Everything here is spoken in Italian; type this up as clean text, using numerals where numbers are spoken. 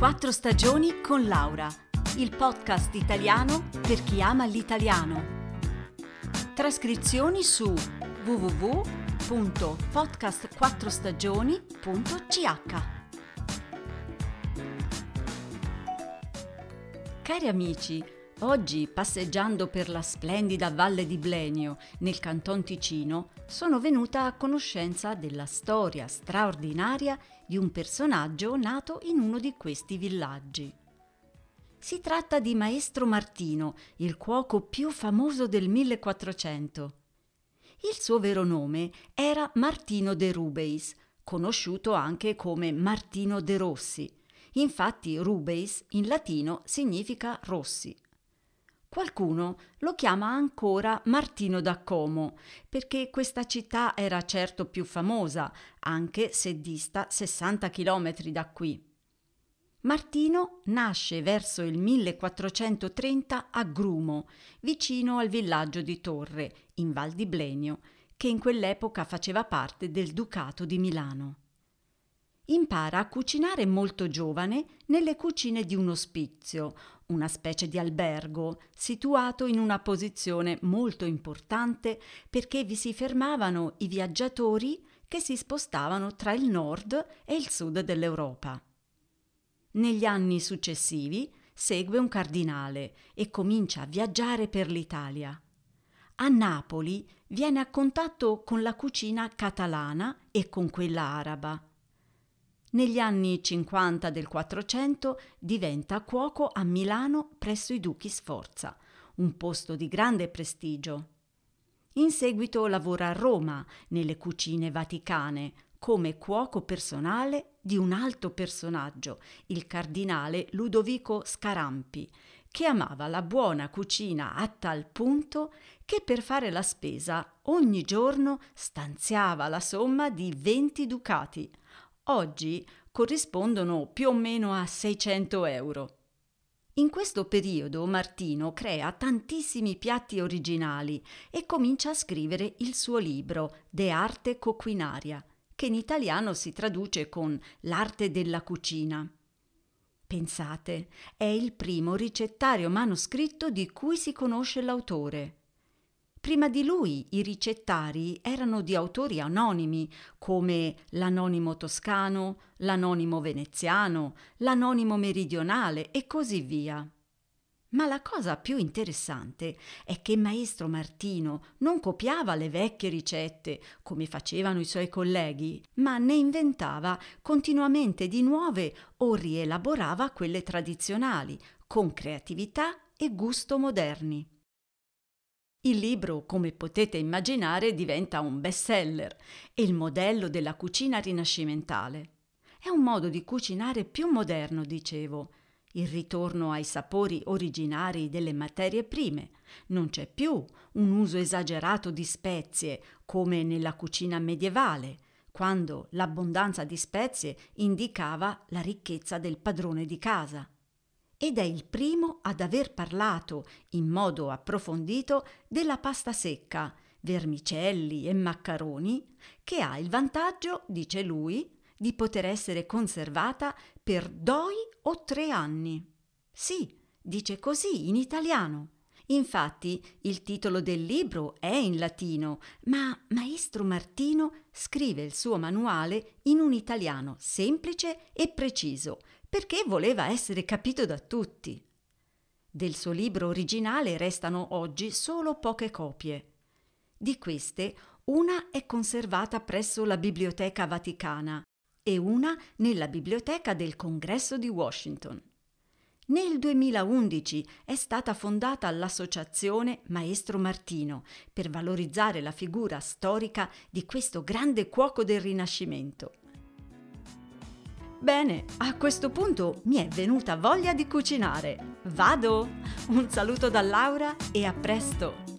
Quattro stagioni con Laura, il podcast italiano per chi ama l'italiano. Trascrizioni su www.podcastquattrostagioni.ch. Cari amici, oggi passeggiando per la splendida Valle di Blenio, nel Canton Ticino, sono venuta a conoscenza della storia straordinaria di un personaggio nato in uno di questi villaggi. Si tratta di Maestro Martino, il cuoco più famoso del 1400. Il suo vero nome era Martino de Rubeis, conosciuto anche come Martino de Rossi. Infatti Rubeis in latino significa rossi. Qualcuno lo chiama ancora Martino da Como, perché questa città era certo più famosa, anche se dista 60 chilometri da qui. Martino nasce verso il 1430 a Grumo, vicino al villaggio di Torre, in Val di Blenio, che in quell'epoca faceva parte del Ducato di Milano. Impara a cucinare molto giovane nelle cucine di un ospizio, una specie di albergo situato in una posizione molto importante perché vi si fermavano i viaggiatori che si spostavano tra il nord e il sud dell'Europa. Negli anni successivi segue un cardinale e comincia a viaggiare per l'Italia. A Napoli viene a contatto con la cucina catalana e con quella araba. Negli anni 50 del 400 diventa cuoco a Milano presso i duchi Sforza, un posto di grande prestigio. In seguito lavora a Roma, nelle cucine vaticane, come cuoco personale di un alto personaggio, il cardinale Ludovico Scarampi, che amava la buona cucina a tal punto che per fare la spesa ogni giorno stanziava la somma di 20 ducati. Oggi corrispondono più o meno a 600 euro. In questo periodo Martino crea tantissimi piatti originali e comincia a scrivere il suo libro De Arte Coquinaria, che in italiano si traduce con L'arte della cucina. Pensate, è il primo ricettario manoscritto di cui si conosce l'autore. Prima di lui i ricettari erano di autori anonimi come l'anonimo toscano, l'anonimo veneziano, l'anonimo meridionale e così via. Ma la cosa più interessante è che Maestro Martino non copiava le vecchie ricette come facevano i suoi colleghi, ma ne inventava continuamente di nuove o rielaborava quelle tradizionali con creatività e gusto moderni. Il libro, come potete immaginare, diventa un bestseller e il modello della cucina rinascimentale. È un modo di cucinare più moderno, dicevo. Il ritorno ai sapori originari delle materie prime. Non c'è più un uso esagerato di spezie come nella cucina medievale, quando l'abbondanza di spezie indicava la ricchezza del padrone di casa. Ed è il primo ad aver parlato in modo approfondito della pasta secca, vermicelli e maccheroni, che ha il vantaggio, dice lui, di poter essere conservata per 2 o 3 anni. Sì, dice così in italiano. Infatti il titolo del libro è in latino, ma Maestro Martino scrive il suo manuale in un italiano semplice e preciso, perché voleva essere capito da tutti. Del suo libro originale restano oggi solo poche copie. Di queste, una è conservata presso la Biblioteca Vaticana e una nella Biblioteca del Congresso di Washington. Nel 2011 è stata fondata l'associazione Maestro Martino per valorizzare la figura storica di questo grande cuoco del Rinascimento. Bene, a questo punto mi è venuta voglia di cucinare. Vado! Un saluto da Laura e a presto!